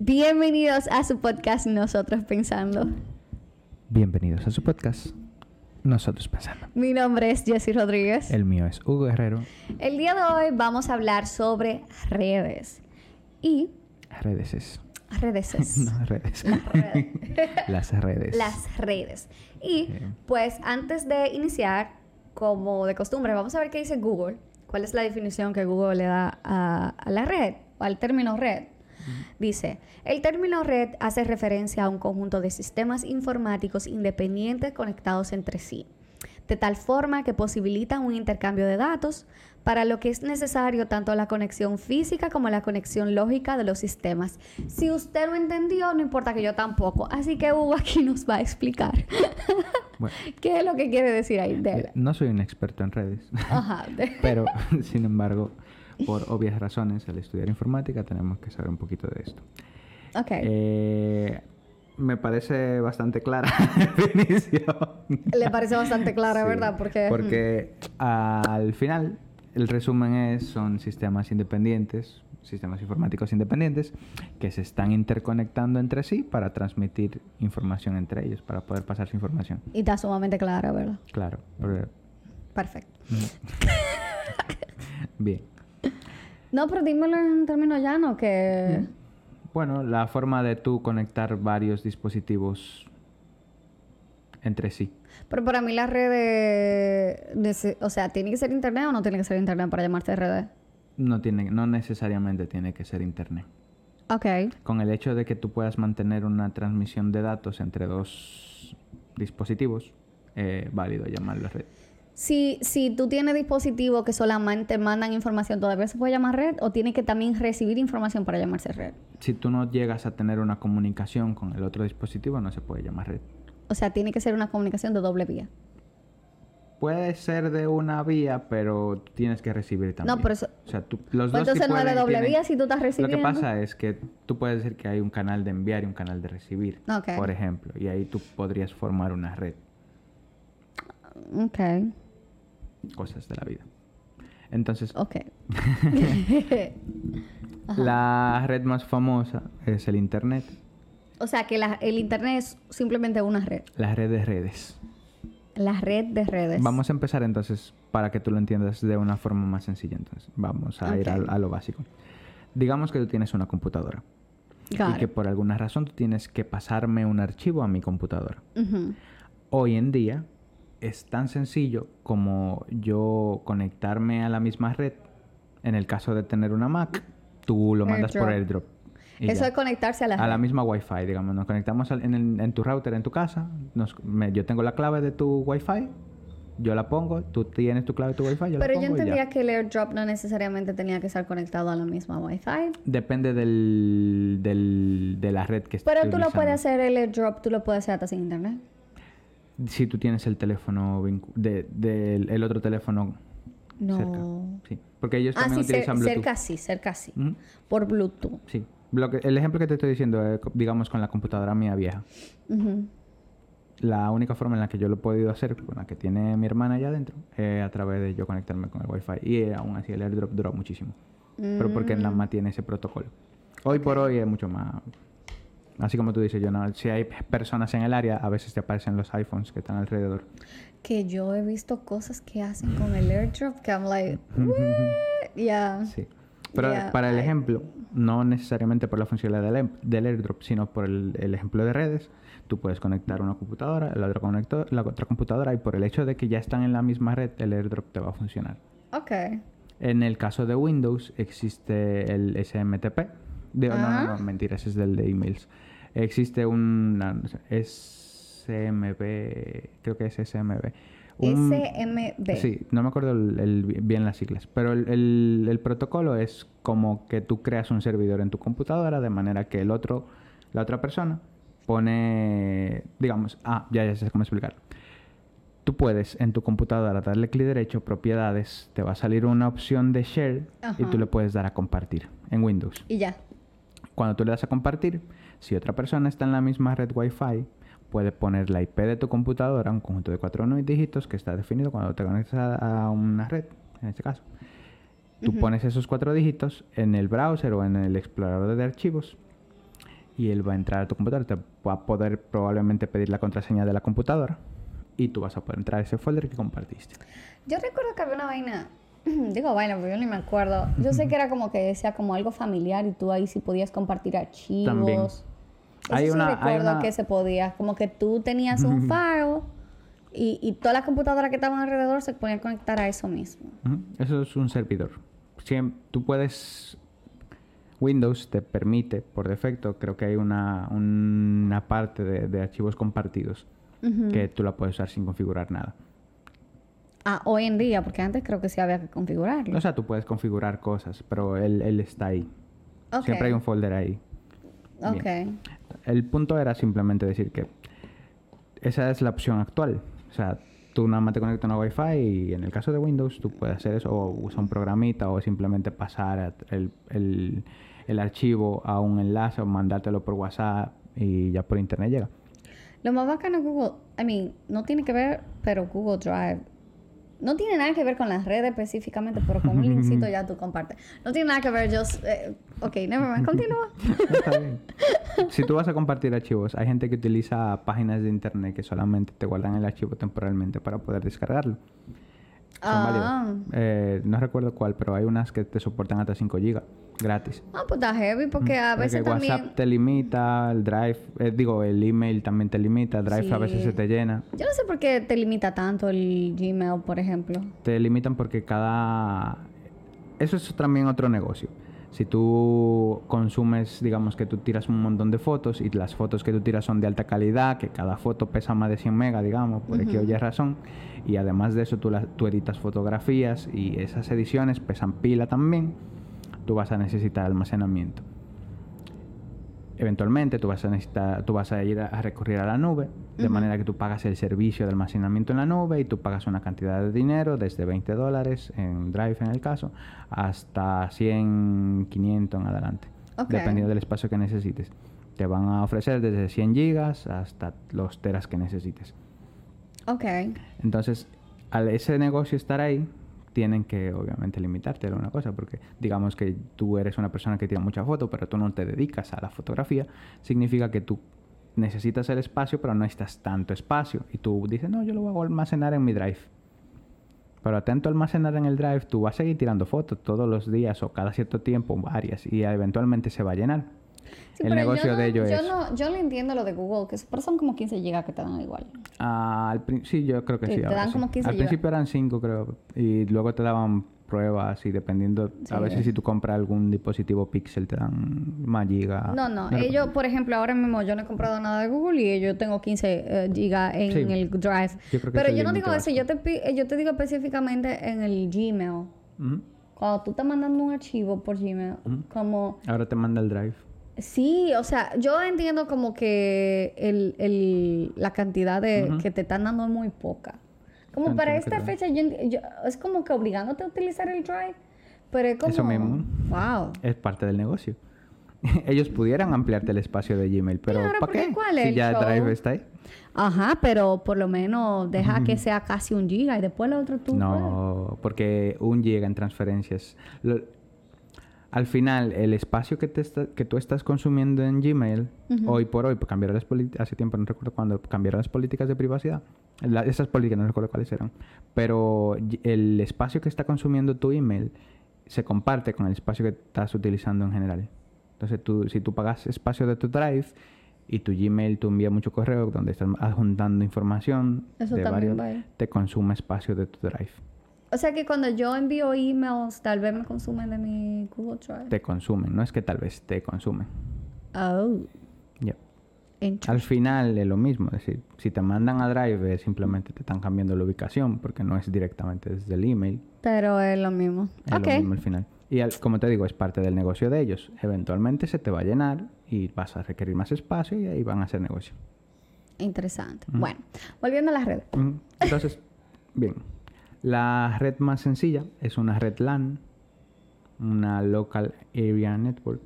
Bienvenidos a su podcast Nosotros Pensando. Bienvenidos a su podcast Nosotros Pensando. Mi nombre es Jessy Rodríguez. El mío es Hugo Herrero. El día de hoy vamos a hablar sobre redes. Y... Redes. No, redes. Las redes. Las redes. Y pues antes de iniciar, como de costumbre, vamos a ver qué dice Google. ¿Cuál es la definición que Google le da a la red o al término red? Dice, el término red hace referencia a un conjunto de sistemas informáticos independientes conectados entre sí, de tal forma que posibilitan un intercambio de datos, para lo que es necesario tanto la conexión física como la conexión lógica de los sistemas. Si usted lo entendió, no importa que yo tampoco. Así que Hugo aquí nos va a explicar. Bueno, ¿qué es lo que quiere decir ahí? No soy un experto en redes. Ajá. Pero, sin embargo, por obvias razones, al estudiar informática tenemos que saber un poquito de esto. Ok. Me parece bastante clara la definición. Le parece bastante clara, Sí, ¿verdad? Porque al final el resumen son sistemas independientes, sistemas informáticos independientes que se están interconectando entre sí para transmitir información entre ellos, para poder pasarse información. Y está sumamente clara, ¿verdad? Claro. Perfecto. Bien. No, pero dímelo en términos llanos que... Bueno, la forma de tú conectar varios dispositivos entre sí. Pero para mí la red o sea, ¿tiene que ser internet o no tiene que ser internet para llamarse red? No necesariamente tiene que ser internet. Ok. Con el hecho de que tú puedas mantener una transmisión de datos entre dos dispositivos, válido llamarlo red. Si tú tienes dispositivos que solamente mandan información, ¿todavía se puede llamar red? ¿O tiene que también recibir información para llamarse red? Si tú no llegas a tener una comunicación con el otro dispositivo, no se puede llamar red. O sea, tiene que ser una comunicación de doble vía. Puede ser de una vía, pero tienes que recibir también. No, pero eso... O sea, los pues dos entonces no es de doble vía si tú estás recibiendo. Lo que pasa es que tú puedes decir que hay un canal de enviar y un canal de recibir, por ejemplo. Y ahí tú podrías formar una red. Ok. Cosas de la vida. Entonces... Ok. La red más famosa es el Internet. O sea, que el Internet es simplemente una red. La red de redes. La red de redes. Vamos a empezar entonces para que tú lo entiendas de una forma más sencilla. Entonces, vamos a ir a lo básico. Digamos que tú tienes una computadora. Y que por alguna razón tú tienes que pasarme un archivo a mi computadora. Hoy en día es tan sencillo como yo conectarme a la misma red. En el caso de tener una Mac, tú lo mandas por AirDrop. Eso es conectarse a la red. A la misma Wi-Fi, digamos. Nos conectamos en tu router en tu casa. Yo tengo la clave de tu Wi-Fi. Yo la pongo. Tú tienes tu clave de tu Wi-Fi. Pero yo entendía que el AirDrop no necesariamente tenía que estar conectado a la misma Wi-Fi. Depende de la red que estés Pero tú utilizando. lo puedes hacer, el AirDrop, tú lo puedes hacer hasta sin internet. Si tú tienes el teléfono el otro teléfono cerca. Sí. Porque ellos también utilizan Bluetooth. Cerca sí. Por Bluetooth. Sí. El ejemplo que te estoy diciendo es, digamos, con la computadora mía vieja. La única forma en la que yo lo he podido hacer, con la que tiene mi hermana allá adentro, es a través de yo conectarme con el Wi-Fi. Y aún así el AirDrop dura muchísimo. Pero porque en la MA tiene ese protocolo. Hoy por hoy es mucho más... Así como tú dices, si hay personas en el área, a veces te aparecen los iPhones que están alrededor. Que yo he visto cosas que hacen con el AirDrop que I'm like, yeah. Sí. Pero para el ejemplo, no necesariamente por la funcionalidad del AirDrop, sino por el ejemplo de redes, tú puedes conectar una computadora, la otra computadora, y por el hecho de que ya están en la misma red, el AirDrop te va a funcionar. Ok. En el caso de Windows, existe el SMTP. No, mentira, ese es del de emails. Existe SMB, creo que es SMB. SMB. Sí, no me acuerdo bien las siglas, pero el protocolo es como que tú creas un servidor en tu computadora de manera que la otra persona pone, digamos, ya sé cómo explicarlo. Tú puedes en tu computadora darle clic derecho, propiedades, te va a salir una opción de share y tú le puedes dar a compartir en Windows. Y ya. Cuando tú le das a compartir, si otra persona está en la misma red Wi-Fi, puede poner la IP de tu computadora, un conjunto de 4 dígitos que está definido cuando te conectas a una red, en este caso. Tú pones esos 4 dígitos en el browser o en el explorador de archivos y él va a entrar a tu computadora, te va a poder probablemente pedir la contraseña de la computadora y tú vas a poder entrar a ese folder que compartiste. Yo recuerdo que había una vaina, digo vaina, pero yo ni me acuerdo. Yo sé que era como que decía como algo familiar y tú ahí sí podías compartir archivos. También. Eso recuerdo que se podía, como que tú tenías un file y todas las computadoras que estaban alrededor se podían conectar a eso mismo. Eso es un servidor. Tú puedes... Windows te permite, por defecto, creo que hay una parte de archivos compartidos que tú la puedes usar sin configurar nada. Hoy en día, porque antes creo que sí había que configurarlo. O sea, tú puedes configurar cosas, pero él está ahí. Okay. Siempre hay un folder ahí. Ok. El punto era simplemente decir que esa es la opción actual. O sea, tú nada más te conectas a una Wi-Fi y en el caso de Windows tú puedes hacer eso o usar un programita o simplemente pasar el archivo a un enlace o mandártelo por WhatsApp y ya por internet llega. Lo más bacano de Google, no tiene que ver, pero Google Drive no tiene nada que ver con las redes específicamente, pero con un linkcito ya tú compartes. No tiene nada que ver, ok, never mind, continúa. Está bien. Si tú vas a compartir archivos, hay gente que utiliza páginas de internet que solamente te guardan el archivo temporalmente para poder descargarlo. Son válidas. No recuerdo cuál, pero hay unas que te soportan hasta 5 GB gratis. Pues está heavy porque a veces porque también... WhatsApp te limita, el Drive, el email también te limita, el Drive a veces se te llena. Yo no sé por qué te limita tanto el Gmail, por ejemplo. Te limitan porque eso es también otro negocio. Si tú consumes, digamos que tú tiras un montón de fotos y las fotos que tú tiras son de alta calidad, que cada foto pesa más de 100 megas, digamos, por X o Y razón, y además de eso tú editas fotografías y esas ediciones pesan pila también, tú vas a necesitar almacenamiento. Eventualmente tú vas a ir a recurrir a la nube, de manera que tú pagas el servicio de almacenamiento en la nube y tú pagas una cantidad de dinero, desde $20 en Drive en el caso, hasta 100, 500 en adelante, dependiendo del espacio que necesites. Te van a ofrecer desde 100 gigas hasta los teras que necesites. Ok. Entonces, al ese negocio estar ahí, tienen que obviamente limitarte a alguna cosa, porque digamos que tú eres una persona que tira mucha foto, pero tú no te dedicas a la fotografía, significa que tú necesitas el espacio, pero no necesitas tanto espacio, y tú dices, no, yo lo voy a almacenar en mi Drive. Pero atento a almacenar en el Drive, tú vas a seguir tirando fotos todos los días o cada cierto tiempo, varias, y eventualmente se va a llenar. Sí, el negocio de ello yo no entiendo lo de Google, que son como 15 GB que te dan igual. Sí, yo creo que sí. Te dan como 15 GB. Al principio eran 5, creo, y luego te daban pruebas y dependiendo, a veces si tú compras algún dispositivo Pixel te dan más gigas. No, ellos, por ejemplo, ahora mismo yo no he comprado nada de Google y yo tengo 15 GB en el Drive. Pero yo no digo eso, yo te digo específicamente en el Gmail. Cuando tú estás mandando un archivo por Gmail, como... Ahora te manda el Drive. Sí, o sea, yo entiendo como que la cantidad que te están dando es muy poca. Como para esta fecha, es como que obligándote a utilizar el Drive, pero es como... Eso mismo. Wow. Es parte del negocio. Ellos pudieran ampliarte el espacio de Gmail, pero claro, ¿para qué? ¿cuál es si ya el Drive está ahí. Ajá, pero por lo menos deja que sea casi 1 giga y después lo otro tú... No, porque 1 giga en transferencias... Al final, el espacio que tú estás consumiendo en Gmail, hoy por hoy, cambiaron hace tiempo, no recuerdo cuándo, cambiaron las políticas de privacidad. Esas políticas no recuerdo cuáles eran. Pero el espacio que está consumiendo tu email se comparte con el espacio que estás utilizando en general. Entonces, si tú pagas espacio de tu Drive y tu Gmail, tú envías mucho correo donde estás adjuntando información eso de varios, te consume espacio de tu Drive. O sea que cuando yo envío emails, tal vez me consumen de mi Google Drive. Te consumen, no es que tal vez te consumen. Oh. Yep. Al final es lo mismo, es decir, si te mandan a Drive simplemente te están cambiando la ubicación porque no es directamente desde el email. Pero es lo mismo. Es lo mismo al final. Y como te digo, es parte del negocio de ellos. Eventualmente se te va a llenar y vas a requerir más espacio y ahí van a hacer negocio. Interesante. Bueno, volviendo a las redes. Entonces, bien. La red más sencilla es una red LAN, una Local Area Network.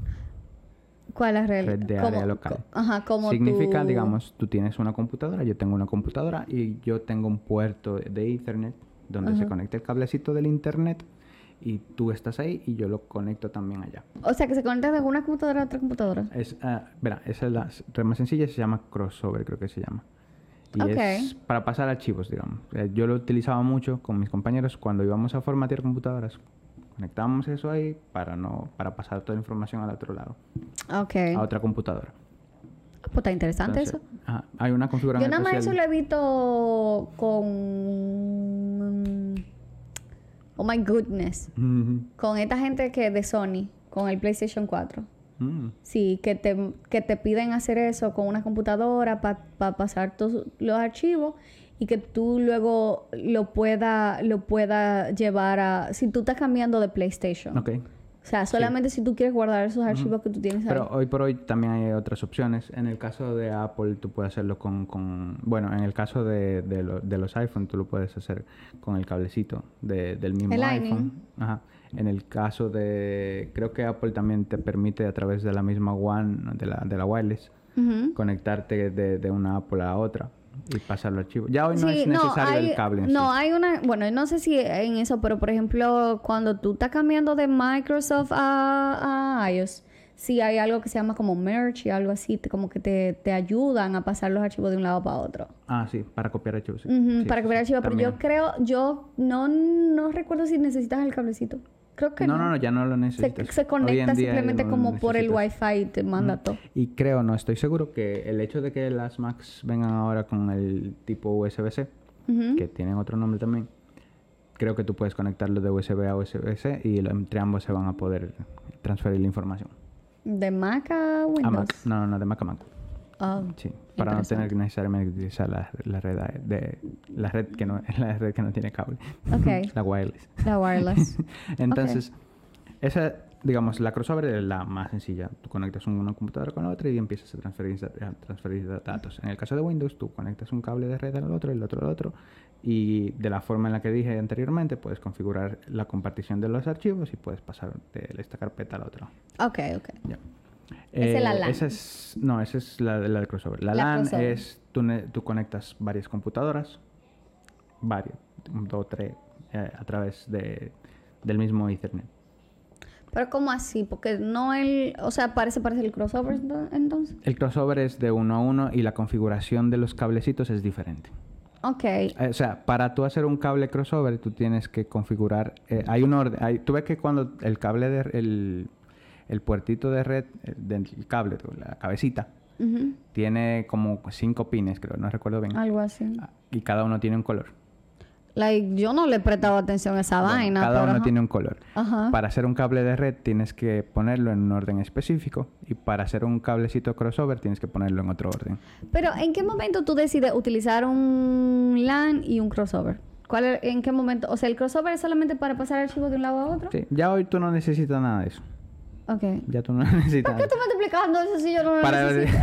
¿Cuál es la red? Red de área local. Como significa, digamos, tú tienes una computadora, yo tengo una computadora y yo tengo un puerto de Ethernet donde se conecta el cablecito del internet y tú estás ahí y yo lo conecto también allá. O sea, que se conecta de una computadora a otra computadora. Verá, esa es la red más sencilla, se llama crossover, creo que se llama. Y es para pasar archivos, digamos. Yo lo utilizaba mucho con mis compañeros cuando íbamos a formatear computadoras. Conectábamos eso ahí para pasar toda la información al otro lado. A otra computadora. Pues está interesante. Entonces, eso. Hay una configuración especial. Yo nada más eso lo he visto con... oh my goodness. Con esta gente que de Sony, con el PlayStation 4. Sí, que te piden hacer eso con una computadora para pasar todos los archivos y que tú luego lo pueda llevar a... Si tú estás cambiando de PlayStation. Okay. O sea, solamente si tú quieres guardar esos archivos que tú tienes ahí. Pero hoy por hoy también hay otras opciones. En el caso de Apple, tú puedes hacerlo bueno, en el caso de los iPhone, tú lo puedes hacer con el cablecito del mismo iPhone. Ajá. En el caso de... Creo que Apple también te permite a través de la misma WAN, de la wireless, conectarte de una Apple a otra y pasar el archivo. Ya hoy no es necesario el cable en sí. Hay una... Bueno, no sé si en eso, pero por ejemplo, cuando tú estás cambiando de Microsoft a iOS, sí hay algo que se llama como merge y algo así, como que te ayudan a pasar los archivos de un lado para otro. Sí, para copiar archivos. Sí. Para copiar archivos, pero yo no recuerdo si necesitas el cablecito. Creo que no, ya no lo necesitas. Se conecta simplemente como por el Wi-Fi y te manda todo. Y no estoy seguro que el hecho de que las Macs vengan ahora con el tipo USB-C, que tienen otro nombre también, creo que tú puedes conectarlo de USB a USB-C y entre ambos se van a poder transferir la información. ¿De Mac a Windows? A Mac. No, de Mac a Mac. Sí, para no tener que necesariamente utilizar la red que no tiene cable. Okay. La wireless. Entonces, esa, digamos, la crossover es la más sencilla. Tú conectas una computadora con la otra y empiezas a transferir datos. En el caso de Windows, tú conectas un cable de red al otro, el otro al otro, y de la forma en la que dije anteriormente, puedes configurar la compartición de los archivos y puedes pasar de esta carpeta a la otra. Ok. Ya. Esa es la LAN. Esa es la de crossover. La LAN crossover es tú conectas varias computadoras, 2 o 3, a través del mismo Ethernet. ¿Pero cómo así? Porque o sea, parece el crossover entonces. El crossover es de 1 a 1 y la configuración de los cablecitos es diferente. Ok. O sea, para tú hacer un cable crossover, tú tienes que configurar... hay un orden. Tú ves que cuando el cable el puertito de red del cable, la cabecita, tiene como 5 pines, creo, no recuerdo bien. Algo así. Y cada uno tiene un color. Yo no le he prestado atención a esa vaina. Cada uno tiene un color. Ajá. Para hacer un cable de red tienes que ponerlo en un orden específico y para hacer un cablecito crossover tienes que ponerlo en otro orden. Pero ¿en qué momento tú decides utilizar un LAN y un crossover? ¿En qué momento? O sea, ¿el crossover es solamente para pasar archivos de un lado a otro? Sí, ya hoy tú no necesitas nada de eso. Ok. Ya tú no necesitas. ¿Por qué tú me estás explicando eso si yo no lo necesito?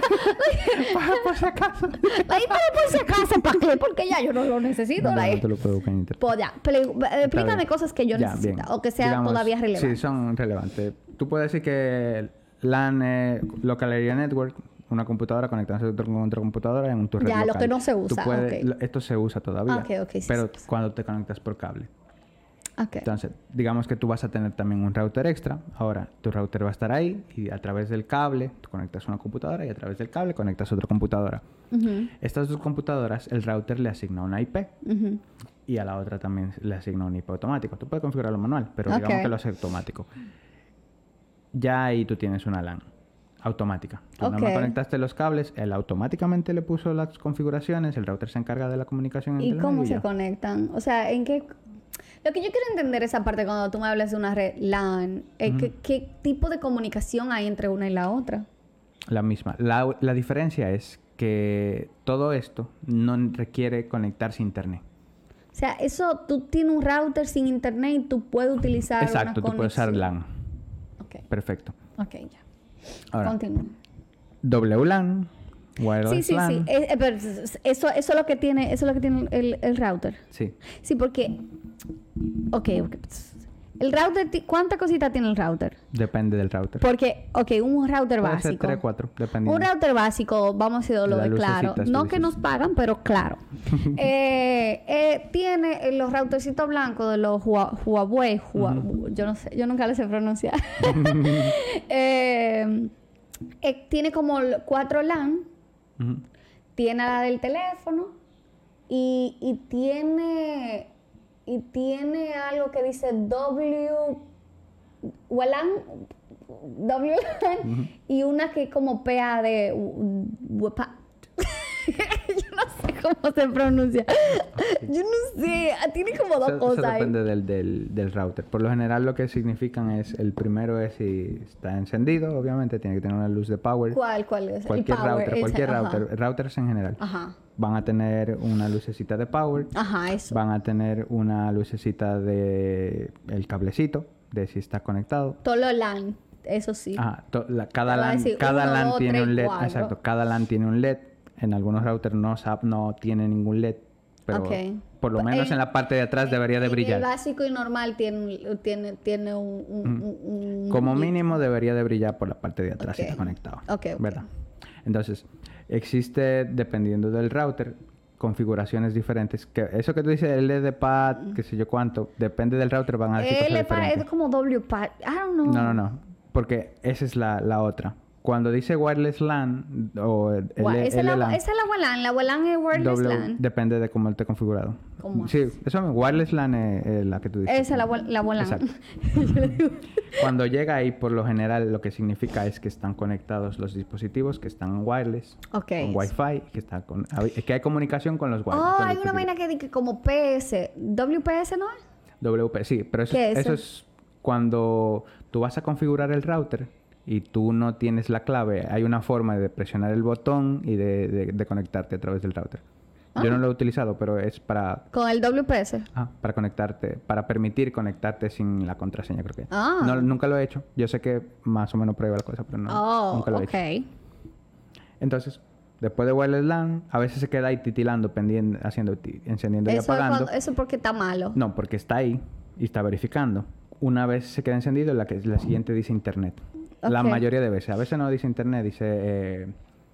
Por si acaso. Por si acaso, ¿para qué? Porque ya yo no lo necesito. No te lo puedo buscar en internet. Pues ya, explícame cosas que yo necesito o que sean todavía relevantes. Sí, son relevantes. Tú puedes decir que LAN es Local Area Network, una computadora conectándose con otra computadora en un red local. Ya, lo que no se usa. Esto se usa todavía. Okay, pero cuando te conectas por cable. Okay. Entonces, digamos que tú vas a tener también un router extra. Ahora, tu router va a estar ahí y a través del cable tú conectas una computadora y a través del cable conectas otra computadora. Estas dos computadoras, el router le asigna una IP y a la otra también le asigna un IP automático. Tú puedes configurarlo manual, pero digamos que lo hace automático. Ya ahí tú tienes una LAN automática. Tú nada más conectaste los cables, él automáticamente le puso las configuraciones, el router se encarga de la comunicación entre ¿Y cómo se conectan? O sea, ¿en qué...? Lo que yo quiero entender esa parte cuando tú me hablas de una red LAN, ¿qué tipo de comunicación hay entre una y la otra? La misma. La diferencia es que todo esto no requiere conectarse a internet. O sea, tú tienes un router sin internet y tú puedes utilizar Exacto, tú puedes usar LAN. Okay. Perfecto. Ok, ya. Ahora, continúa. WLAN, wireless LAN. Pero eso es lo que tiene, el router. Sí. Sí, porque... Ok. El router, ¿cuántas cositas tiene el router? Depende del router. Porque, un router Puede básico. ser 3, 4, dependiendo. Un router básico, vamos a decir lo de claro. No que nos pagan, pero claro. Tiene los routercitos blancos de los Huawei. Yo no sé, yo nunca les sé pronunciar. Tiene como 4 LAN. Tiene la del teléfono. Y tiene algo que dice WLAN y una que como PA de yo no sé cómo se pronuncia. Yo no sé. Tiene como 2 cosas. Eso depende del router. Por lo general lo que significan es, el primero es si está encendido, obviamente tiene que tener una luz de power. ¿Cuál es? Cualquier router, routers en general. Ajá. Van a tener una lucecita de power. Ajá, eso. Van a tener una lucecita de el cablecito, de si está conectado. Todo lo LAN, eso sí. Ajá, cada LAN tiene un LED. 4. Exacto, cada LAN tiene un LED. En algunos routers no tiene ningún LED, pero por lo menos en la parte de atrás debería de brillar. El básico y normal tiene un como mínimo debería de brillar por la parte de atrás si está conectado. ¿Verdad? Entonces, existe, dependiendo del router, configuraciones diferentes. Que eso que tú dices, el LED de pad, qué sé yo cuánto, depende del router, van a decir cosas diferentes. Es como WPAD. I don't know. No. Porque esa es la otra. Cuando dice wireless LAN o esa es la WLAN. La WLAN es wireless LAN. Depende de cómo esté configurado. ¿Cómo? Sí, eso wireless LAN es la que tú dices. Esa es la WLAN. Exacto. Cuando llega ahí, por lo general, lo que significa es que están conectados los dispositivos que están wireless, con Wi-Fi, que hay comunicación con los wireless. Hay una vaina que dice como PS. ¿WPS no es? WP, sí, pero eso es cuando tú vas a configurar el router y tú no tienes la clave, hay una forma de presionar el botón y de conectarte a través del router. Yo no lo he utilizado, pero es para... ¿Con el WPS? Para conectarte, para permitir conectarte sin la contraseña, creo que. No, nunca lo he hecho. Yo sé que más o menos prueba la cosa, pero nunca lo he hecho. Entonces, después de wireless LAN, a veces se queda ahí titilando, encendiendo y apagando. ¿Eso porque está malo? No, porque está ahí y está verificando. Una vez se queda encendido, la siguiente dice internet. La mayoría de veces. A veces no dice internet, dice...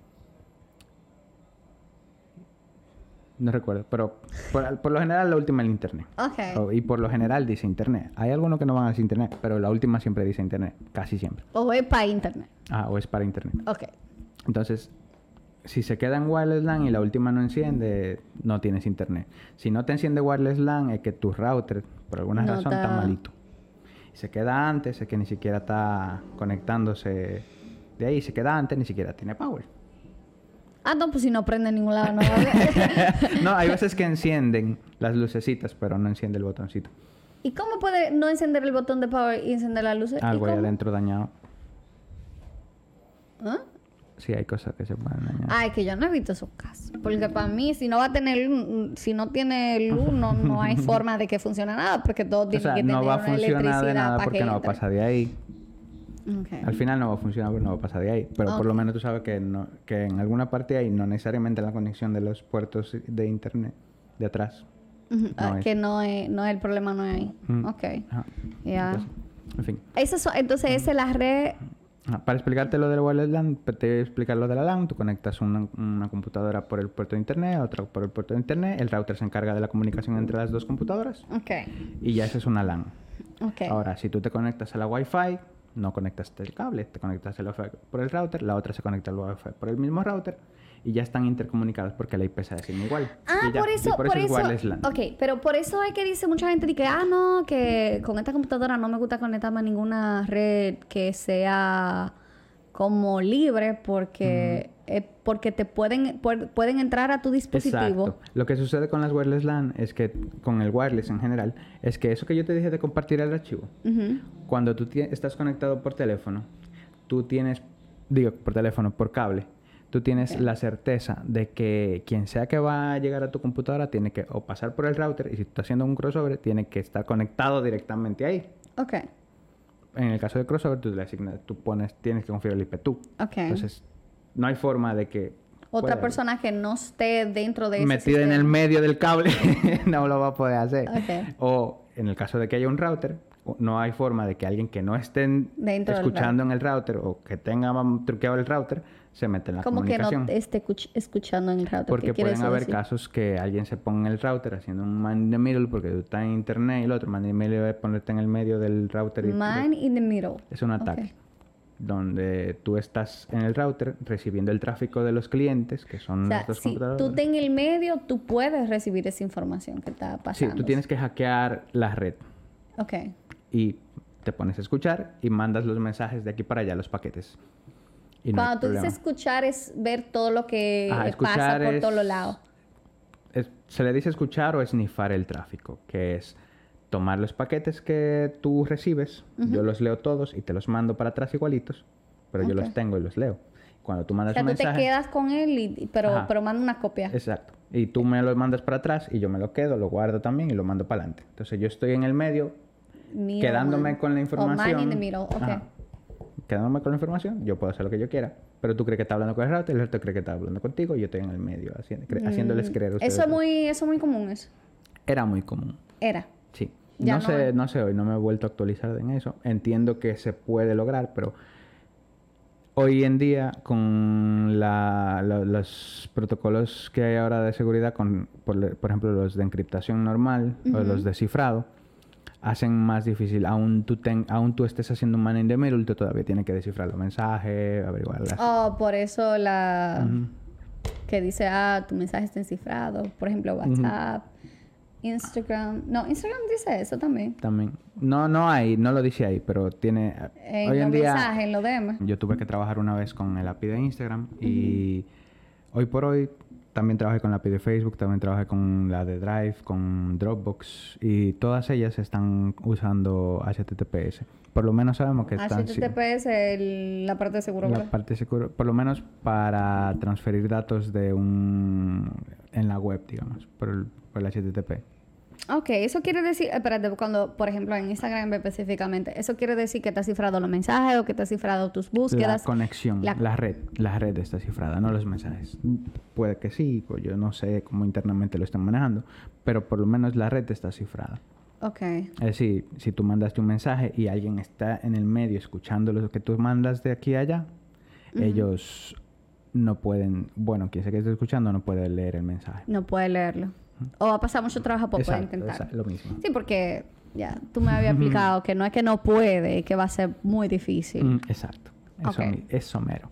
no recuerdo, pero por lo general la última es el internet. Y por lo general dice internet. Hay algunos que no van a decir internet, pero la última siempre dice internet. Casi siempre. O es para internet. O es para internet. Entonces, si se queda en wireless LAN y la última no enciende, no tienes internet. Si no te enciende wireless LAN, es que tu router, por alguna razón, está malito. Se queda antes, es que ni siquiera está conectándose de ahí, se queda antes, ni siquiera tiene power. No, pues si no prende en ningún lado, no. No, hay veces que encienden las lucecitas, pero no enciende el botoncito. ¿Y cómo puede no encender el botón de power y encender las luces? Algo ahí adentro dañado. Sí, hay cosas que se pueden dañar. Es que yo no he visto esos casos. Porque para mí, si no va a tener si no tiene luz, no hay forma de que funcione nada. Porque todo tiene que tener una electricidad. No va a funcionar de nada porque no va a pasar de ahí. Al final no va a funcionar porque no va a pasar de ahí. Pero por lo menos tú sabes que en alguna parte ahí, no necesariamente en la conexión de los puertos de internet de atrás. Que no es el problema, no es ahí. Entonces, en fin. Entonces esa es la red... Para explicarte lo del wireless LAN, te voy a explicar lo de la LAN. Tú conectas una computadora por el puerto de internet, otra por el puerto de internet. El router se encarga de la comunicación entre las dos computadoras. Y ya esa es una LAN. Ahora, si tú te conectas a la Wi-Fi, no conectas el cable, te conectas el Wi-Fi por el router, la otra se conecta al Wi-Fi por el mismo router y ya están intercomunicadas porque la IP se asigna igual. Por eso es wireless LAN. Pero por eso es que dice mucha gente que no, que con esta computadora no me gusta conectarme a ninguna red que sea como libre porque te pueden entrar a tu dispositivo. Exacto. Lo que sucede con las wireless LAN es que con el wireless en general es que eso que yo te dije de compartir el archivo, cuando tú estás conectado por teléfono, por cable, tú tienes la certeza de que quien sea que va a llegar a tu computadora tiene que o pasar por el router, y si tú estás haciendo un crossover, tiene que estar conectado directamente ahí. En el caso de crossover, tienes que configurar el IP tú. Entonces, no hay forma de que otra persona que no esté dentro de ese metida sistema, en el medio del cable no lo va a poder hacer. O en el caso de que haya un router, no hay forma de que alguien que no esté escuchando en el router o que tenga truqueado el router se meta en la comunicación. Como que no esté escuchando en el router. Porque pueden haber casos que alguien se ponga en el router haciendo un man in the middle porque tú estás en internet y el otro man in the middle es ponerte en el medio del router. Man in the middle. Es un ataque. Donde tú estás en el router recibiendo el tráfico de los clientes, que son los dos computadores. Si tú estás en el medio, tú puedes recibir esa información que está pasando. Sí, tú tienes que hackear la red. Ok. Y te pones a escuchar y mandas los mensajes de aquí para allá, los paquetes. Y Cuando tú dices escuchar es ver todo lo que pasa por todos los lados. Se le dice escuchar o esnifar el tráfico, que es tomar los paquetes que tú recibes, yo los leo todos y te los mando para atrás igualitos, pero yo los tengo y los leo. Cuando tú mandas un mensaje... tú te quedas con él, pero manda una copia. Exacto. Y tú me lo mandas para atrás y yo me lo quedo, lo guardo también y lo mando para adelante. Entonces yo estoy en el medio, quedándome con la información. Man in the middle, Quedándome con la información, yo puedo hacer lo que yo quiera. Pero tú crees que está hablando con el router, el router cree que está hablando contigo y yo estoy en el medio haciéndoles creer a ustedes. Eso es muy común, eso. Era muy común. Era. Sí. No sé hoy, no me he vuelto a actualizar en eso. Entiendo que se puede lograr, pero hoy en día con los protocolos que hay ahora de seguridad, por ejemplo los de encriptación normal o los de cifrado, hacen más difícil. Aún tú estés haciendo un man in the middle, tú todavía tienes que descifrar los mensajes, averiguarlas. Por eso que dice, tu mensaje está encifrado. Por ejemplo, WhatsApp. Instagram. No, Instagram dice eso también. También. No lo dice ahí, pero tiene... hoy en día... mensajes, en los DM. Yo tuve que trabajar una vez con el API de Instagram y hoy por hoy también trabajé con la API de Facebook, también trabajé con la de Drive, con Dropbox y todas ellas están usando HTTPS. Por lo menos sabemos que están... HTTPS es la parte de seguro, ¿verdad? La parte de seguro, por lo menos para transferir datos en la web, digamos, por el HTTP. Ok, eso quiere decir, espérate, cuando, por ejemplo, en Instagram específicamente, ¿eso quiere decir que te ha cifrado los mensajes o que te ha cifrado tus búsquedas? La conexión, la red está cifrada, no los mensajes. Puede que sí, pues yo no sé cómo internamente lo están manejando, pero por lo menos la red está cifrada. Ok. Es decir, si tú mandaste un mensaje y alguien está en el medio escuchando lo que tú mandas de aquí a allá, ellos no pueden, quien sea que esté escuchando no puede leer el mensaje. No puede leerlo. O va a pasar mucho trabajo para poder intentar. Exacto, lo mismo. Sí, porque ya tú me habías explicado que no es que no puede, que va a ser muy difícil. Exacto. Eso mero.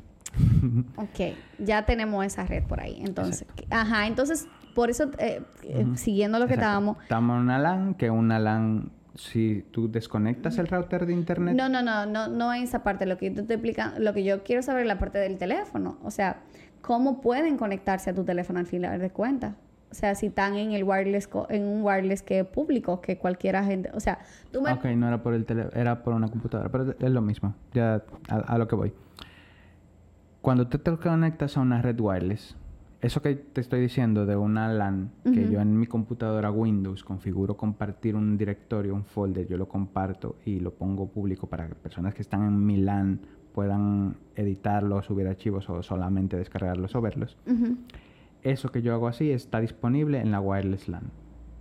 Ok, ya tenemos esa red por ahí. Entonces, entonces, por eso, siguiendo lo que estábamos... Estamos en una LAN, que una LAN, si tú desconectas el router de internet... No en esa parte. Lo que yo te estoy explicando, lo que yo quiero saber es la parte del teléfono. O sea, ¿cómo pueden conectarse a tu teléfono al final de cuentas? O sea, si están en el wireless, en un wireless que es público, que cualquiera gente... O sea, tú me... Ok, no era por el teléfono, era por una computadora, pero es lo mismo. Ya a lo que voy. Cuando tú te conectas a una red wireless, eso que te estoy diciendo de una LAN, que yo en mi computadora Windows configuro compartir un directorio, un folder, yo lo comparto y lo pongo público para que personas que están en mi LAN puedan editarlo, subir archivos o solamente descargarlos o verlos. Eso que yo hago así está disponible en la wireless LAN.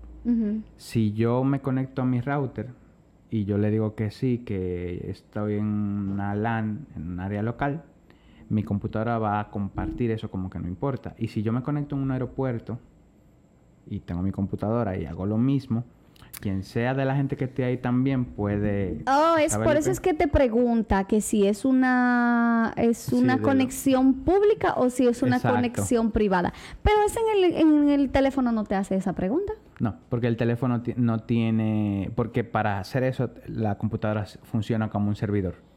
Si yo me conecto a mi router y yo le digo que sí, que estoy en una LAN, en un área local, mi computadora va a compartir eso como que no importa. Y si yo me conecto en un aeropuerto y tengo mi computadora y hago lo mismo, quien sea de la gente que esté ahí también puede... por eso es que te pregunta que si es una conexión pública o si es una conexión privada. Pero en el teléfono no te hace esa pregunta. No, porque el teléfono no tiene... Porque para hacer eso, la computadora funciona como un servidor.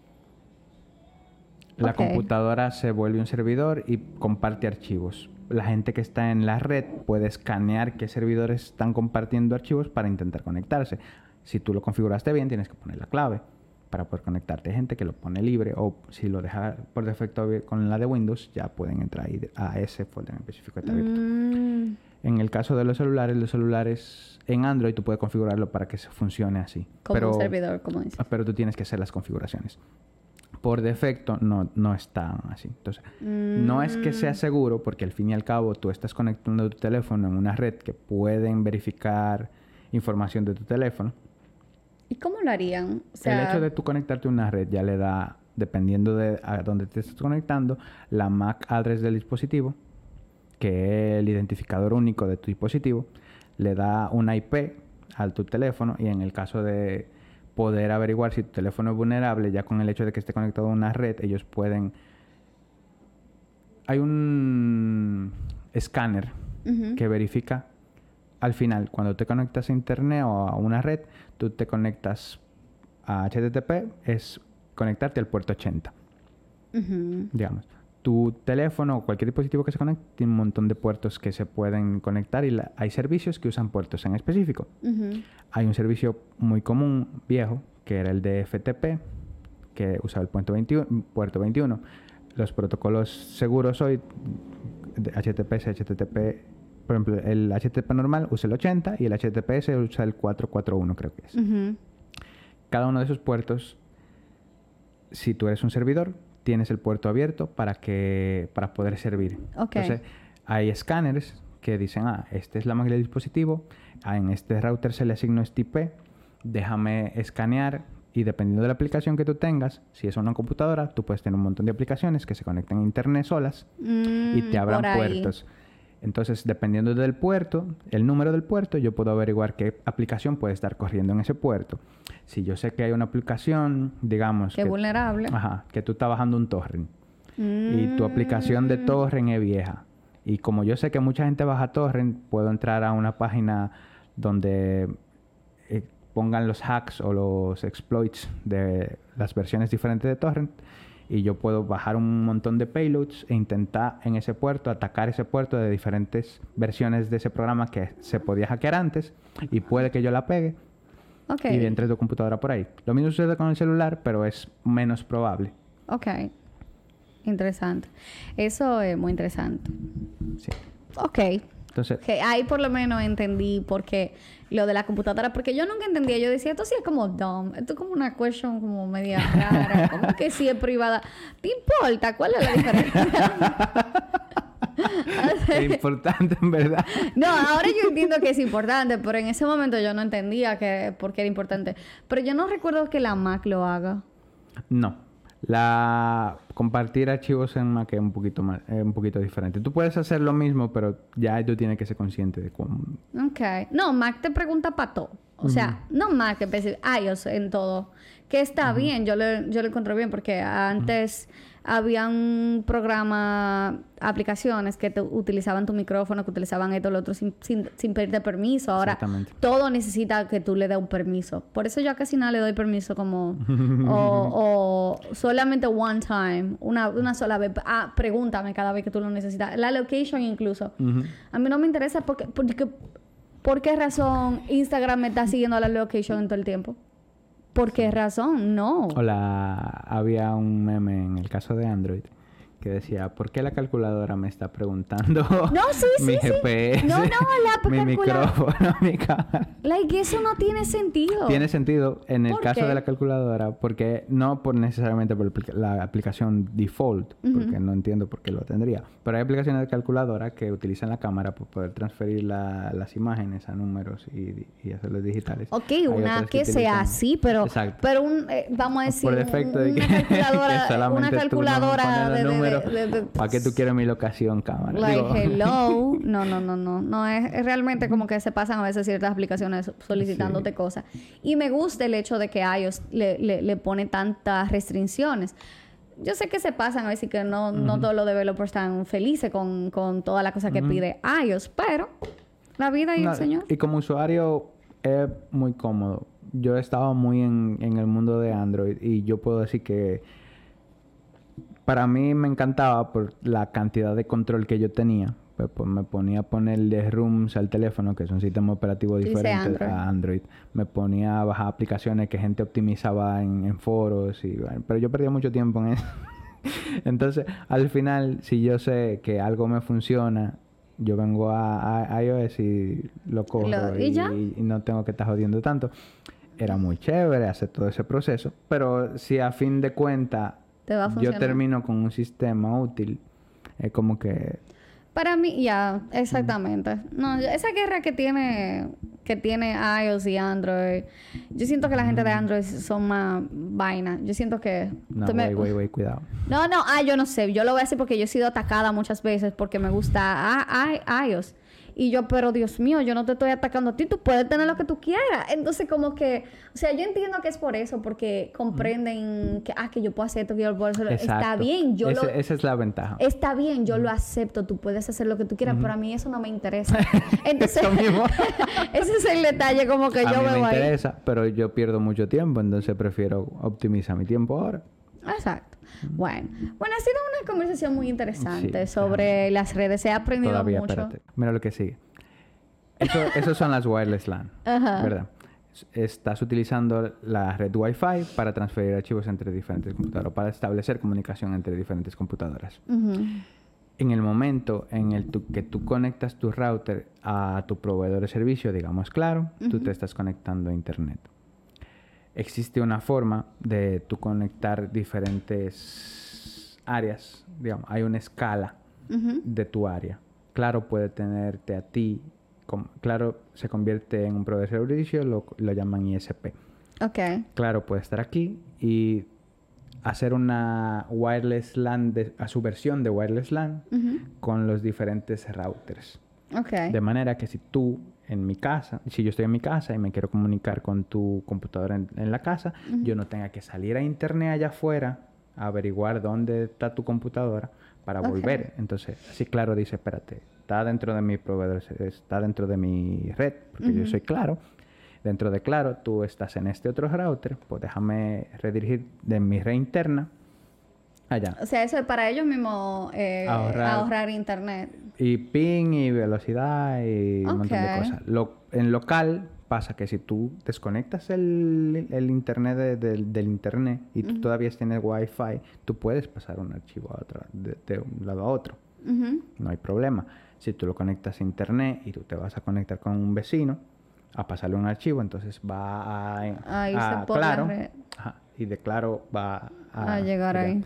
La computadora se vuelve un servidor y comparte archivos. La gente que está en la red puede escanear qué servidores están compartiendo archivos para intentar conectarse. Si tú lo configuraste bien, tienes que poner la clave para poder conectarte. Hay gente que lo pone libre o si lo deja por defecto con la de Windows, ya pueden entrar ahí a ese folder en específico que está abierto. En el caso de los celulares en Android tú puedes configurarlo para que funcione así. Como un servidor, como dices. Pero tú tienes que hacer las configuraciones. Por defecto no está así. Entonces, no es que sea seguro porque al fin y al cabo tú estás conectando tu teléfono en una red que pueden verificar información de tu teléfono ¿Y cómo lo harían? O sea, el hecho de tú conectarte a una red ya le da, dependiendo de a dónde te estés conectando, la MAC address del dispositivo, que es el identificador único de tu dispositivo, le da una IP a tu teléfono, y en el caso de poder averiguar si tu teléfono es vulnerable, ya con el hecho de que esté conectado a una red, ellos pueden... Hay un escáner que verifica al final, cuando te conectas a internet o a una red, tú te conectas a HTTP, es conectarte al puerto 80. Digamos. Tu teléfono o cualquier dispositivo que se conecte tiene un montón de puertos que se pueden conectar, y hay servicios que usan puertos en específico. Hay un servicio muy común, viejo, que era el de FTP, que usaba el puerto 21. Los protocolos seguros hoy, de HTTPS, HTTP, por ejemplo, el HTTP normal usa el 80 y el HTTPS usa el 441, creo que es. Cada uno de esos puertos, si tú eres un servidor, tienes el puerto abierto para poder servir. Entonces, hay escáneres que dicen, esta es la máquina del dispositivo, en este router se le asignó este IP, déjame escanear, y dependiendo de la aplicación que tú tengas, si es una computadora, tú puedes tener un montón de aplicaciones que se conectan a internet solas y te abran puertos. Entonces, dependiendo del puerto, el número del puerto, yo puedo averiguar qué aplicación puede estar corriendo en ese puerto. Si yo sé que hay una aplicación, digamos... que vulnerable. Que tú estás bajando un torrent. Y tu aplicación de torrent es vieja. Y como yo sé que mucha gente baja torrent, puedo entrar a una página donde pongan los hacks o los exploits de las versiones diferentes de torrent, y yo puedo bajar un montón de payloads e intentar en ese puerto atacar ese puerto de diferentes versiones de ese programa que se podía hackear antes, y puede que yo la pegue y entre tu computadora por ahí. Lo mismo sucede con el celular, pero es menos probable. Interesante. Eso es muy interesante. Sí. Entonces, ahí por lo menos entendí por qué lo de la computadora, porque yo nunca entendía. Yo decía, esto sí es como dumb, esto es como una question como media rara, como que sí es privada. ¿Te importa? ¿Cuál es la diferencia? Es importante, en verdad. No, ahora yo entiendo que es importante, pero en ese momento yo no entendía por qué era importante. Pero yo no recuerdo que la Mac lo haga. No. Compartir archivos en Mac es un poquito diferente. Tú puedes hacer lo mismo, pero ya tú tienes que ser consciente de cómo... No, Mac te pregunta para todo. O sea, no Mac, iOS en todo. Que está bien, yo lo encuentro bien, porque antes había un programa, aplicaciones que utilizaban tu micrófono, que utilizaban esto, lo otro, sin pedirte permiso. Ahora todo necesita que tú le des un permiso. Por eso yo casi nada le doy permiso como... o solamente one time, una sola vez. Pregúntame cada vez que tú lo necesitas. La location incluso. A mí no me interesa porque ¿por qué razón Instagram me está siguiendo a la location en todo el tiempo? ¿Por qué razón? No. Había un meme en el caso de Android que decía, ¿por qué la calculadora me está preguntando mi GPS, mi micrófono, mi cámara? Eso no tiene sentido. Tiene sentido en el caso de la calculadora, porque no necesariamente por la aplicación default, porque no entiendo por qué lo tendría. Pero hay aplicaciones de calculadora que utilizan la cámara para poder transferir las imágenes a números y hacerlos digitales. Una que sea así, pero vamos a decir, por defecto una calculadora de números. ¿Para qué tú quieres mi locación, cámara? Hello. No, es realmente como que se pasan a veces ciertas aplicaciones solicitándote cosas. Y me gusta el hecho de que iOS le pone tantas restricciones. Yo sé que se pasan a veces, que no todos los developers están felices con toda la cosa que pide iOS, pero la vida y el Señor. Y como usuario es muy cómodo. Yo he estado muy en el mundo de Android, y yo puedo decir que para mí me encantaba por la cantidad de control que yo tenía. Pues me ponía a ponerle rooms al teléfono, que es un sistema operativo diferente a Android. Me ponía a bajar aplicaciones que gente optimizaba en foros. Pero yo perdía mucho tiempo en eso. Entonces, al final, si yo sé que algo me funciona, yo vengo a iOS y lo cojo y no tengo que estar jodiendo tanto. Era muy chévere hacer todo ese proceso. Pero si a fin de cuentas yo termino con un sistema útil, es como que... Para mí, ya, exactamente. No, esa guerra que tiene iOS y Android, yo siento que la gente de Android son más vaina. Yo siento que... No, cuidado. No, yo no sé. Yo lo voy a hacer porque yo he sido atacada muchas veces porque me gusta iOS. Y yo, pero Dios mío, yo no te estoy atacando a ti, tú puedes tener lo que tú quieras. Entonces, como que, o sea, yo entiendo que es por eso, porque comprenden que yo puedo hacer esto, que yo puedo hacer. Está bien, esa es la ventaja. Está bien, yo lo acepto, tú puedes hacer lo que tú quieras, pero a mí eso no me interesa. Entonces, ese es el detalle, como que yo veo ahí. Me interesa, pero yo pierdo mucho tiempo, entonces prefiero optimizar mi tiempo ahora. Exacto. Bueno, ha sido una conversación muy interesante sobre las redes. He aprendido mucho. Espérate. Mira lo que sigue. Eso son las wireless LAN, ¿verdad? Estás utilizando la red Wi-Fi para transferir archivos entre diferentes computadoras, para establecer comunicación entre diferentes computadoras. En el momento en el que tú conectas tu router a tu proveedor de servicio, digamos Claro, tú te estás conectando a Internet. Existe una forma de tú conectar diferentes áreas. Digamos, hay una escala de tu área. Claro puede tenerte a ti. Claro se convierte en un proveedor de servicio, lo llaman ISP. Okay. Claro puede estar aquí y hacer una wireless LAN a su versión de wireless LAN con los diferentes routers. Okay. De manera que si tú si yo estoy en mi casa y me quiero comunicar con tu computadora en la casa, yo no tenga que salir a internet allá afuera a averiguar dónde está tu computadora para volver. Entonces, así Claro dice, espérate, está dentro de mi proveedor, está dentro de mi red, porque yo soy Claro. Dentro de Claro, tú estás en este otro router, pues déjame redirigir de mi red interna allá. O sea, eso es para ellos mismos ahorrar internet. Y ping y velocidad y un montón de cosas. En local pasa que si tú desconectas el internet del internet y tú todavía tienes Wi-Fi, tú puedes pasar un archivo a otro, de un lado a otro. No hay problema. Si tú lo conectas a internet y tú te vas a conectar con un vecino a pasarle un archivo, entonces va a Claro. Y de Claro va a llegar ahí.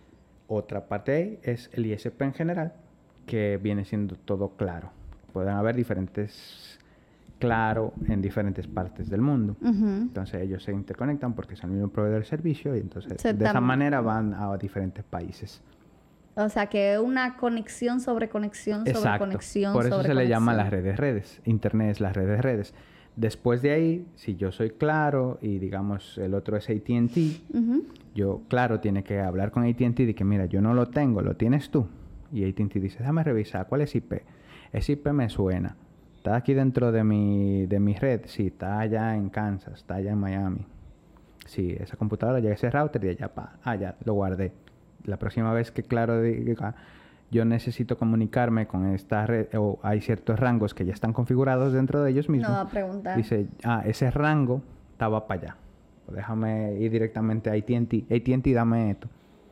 Otra parte ahí es el ISP en general, que viene siendo todo Claro. Pueden haber diferentes Claro en diferentes partes del mundo. Entonces ellos se interconectan porque son el mismo proveedor de servicio y entonces de esa manera van a diferentes países. O sea que una conexión sobre conexión sobre conexión. Por eso se le llama las redes. Internet es las redes. Después de ahí, si yo soy Claro y digamos el otro es AT&T, yo Claro tiene que hablar con AT&T de que mira, yo no lo tengo, lo tienes tú. Y AT&T dice, déjame revisar, ¿cuál es IP? Ese IP me suena. ¿Está aquí dentro de mi red? Sí, está allá en Kansas, está allá en Miami. Sí, esa computadora llega a ese router y allá ya lo guardé. La próxima vez que Claro diga, yo necesito comunicarme con esta red, o hay ciertos rangos que ya están configurados dentro de ellos mismos. No va a preguntar. Dice, ese rango estaba para allá. Pues déjame ir directamente a AT&T. AT&T, dame esto.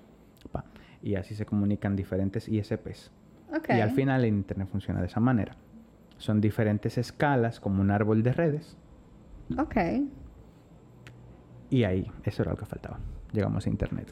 Y así se comunican diferentes ISPs. Okay. Y al final el internet funciona de esa manera. Son diferentes escalas, como un árbol de redes. Ok. Y ahí, eso era lo que faltaba. Llegamos a internet.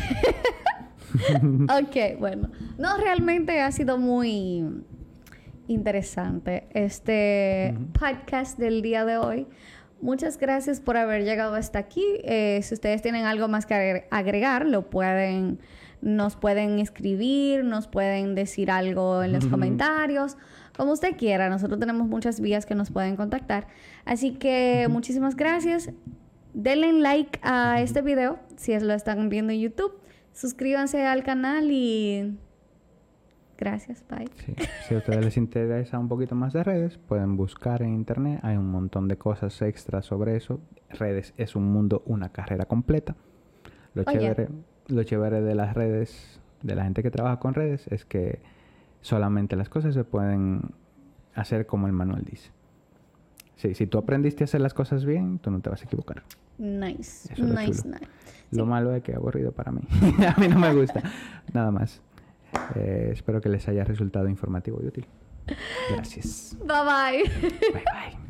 Ok, bueno. No, realmente ha sido muy interesante este podcast del día de hoy. Muchas gracias por haber llegado hasta aquí. Si ustedes tienen algo más que agregar, nos pueden escribir, nos pueden decir algo en los comentarios, como usted quiera. Nosotros tenemos muchas vías que nos pueden contactar. Así que muchísimas gracias. Denle like a este video si lo están viendo en YouTube. Suscríbanse al canal y gracias, bye. Sí. Si a ustedes les interesa un poquito más de redes, pueden buscar en internet. Hay un montón de cosas extras sobre eso. Redes es un mundo, una carrera completa. Lo chévere de las redes, de la gente que trabaja con redes, es que solamente las cosas se pueden hacer como el manual dice. Sí, si tú aprendiste a hacer las cosas bien, tú no te vas a equivocar. Nice. Eso es nice. Lo malo es que es aburrido para mí. A mí no me gusta. Nada más. Espero que les haya resultado informativo y útil. Gracias. Bye bye. Bye bye.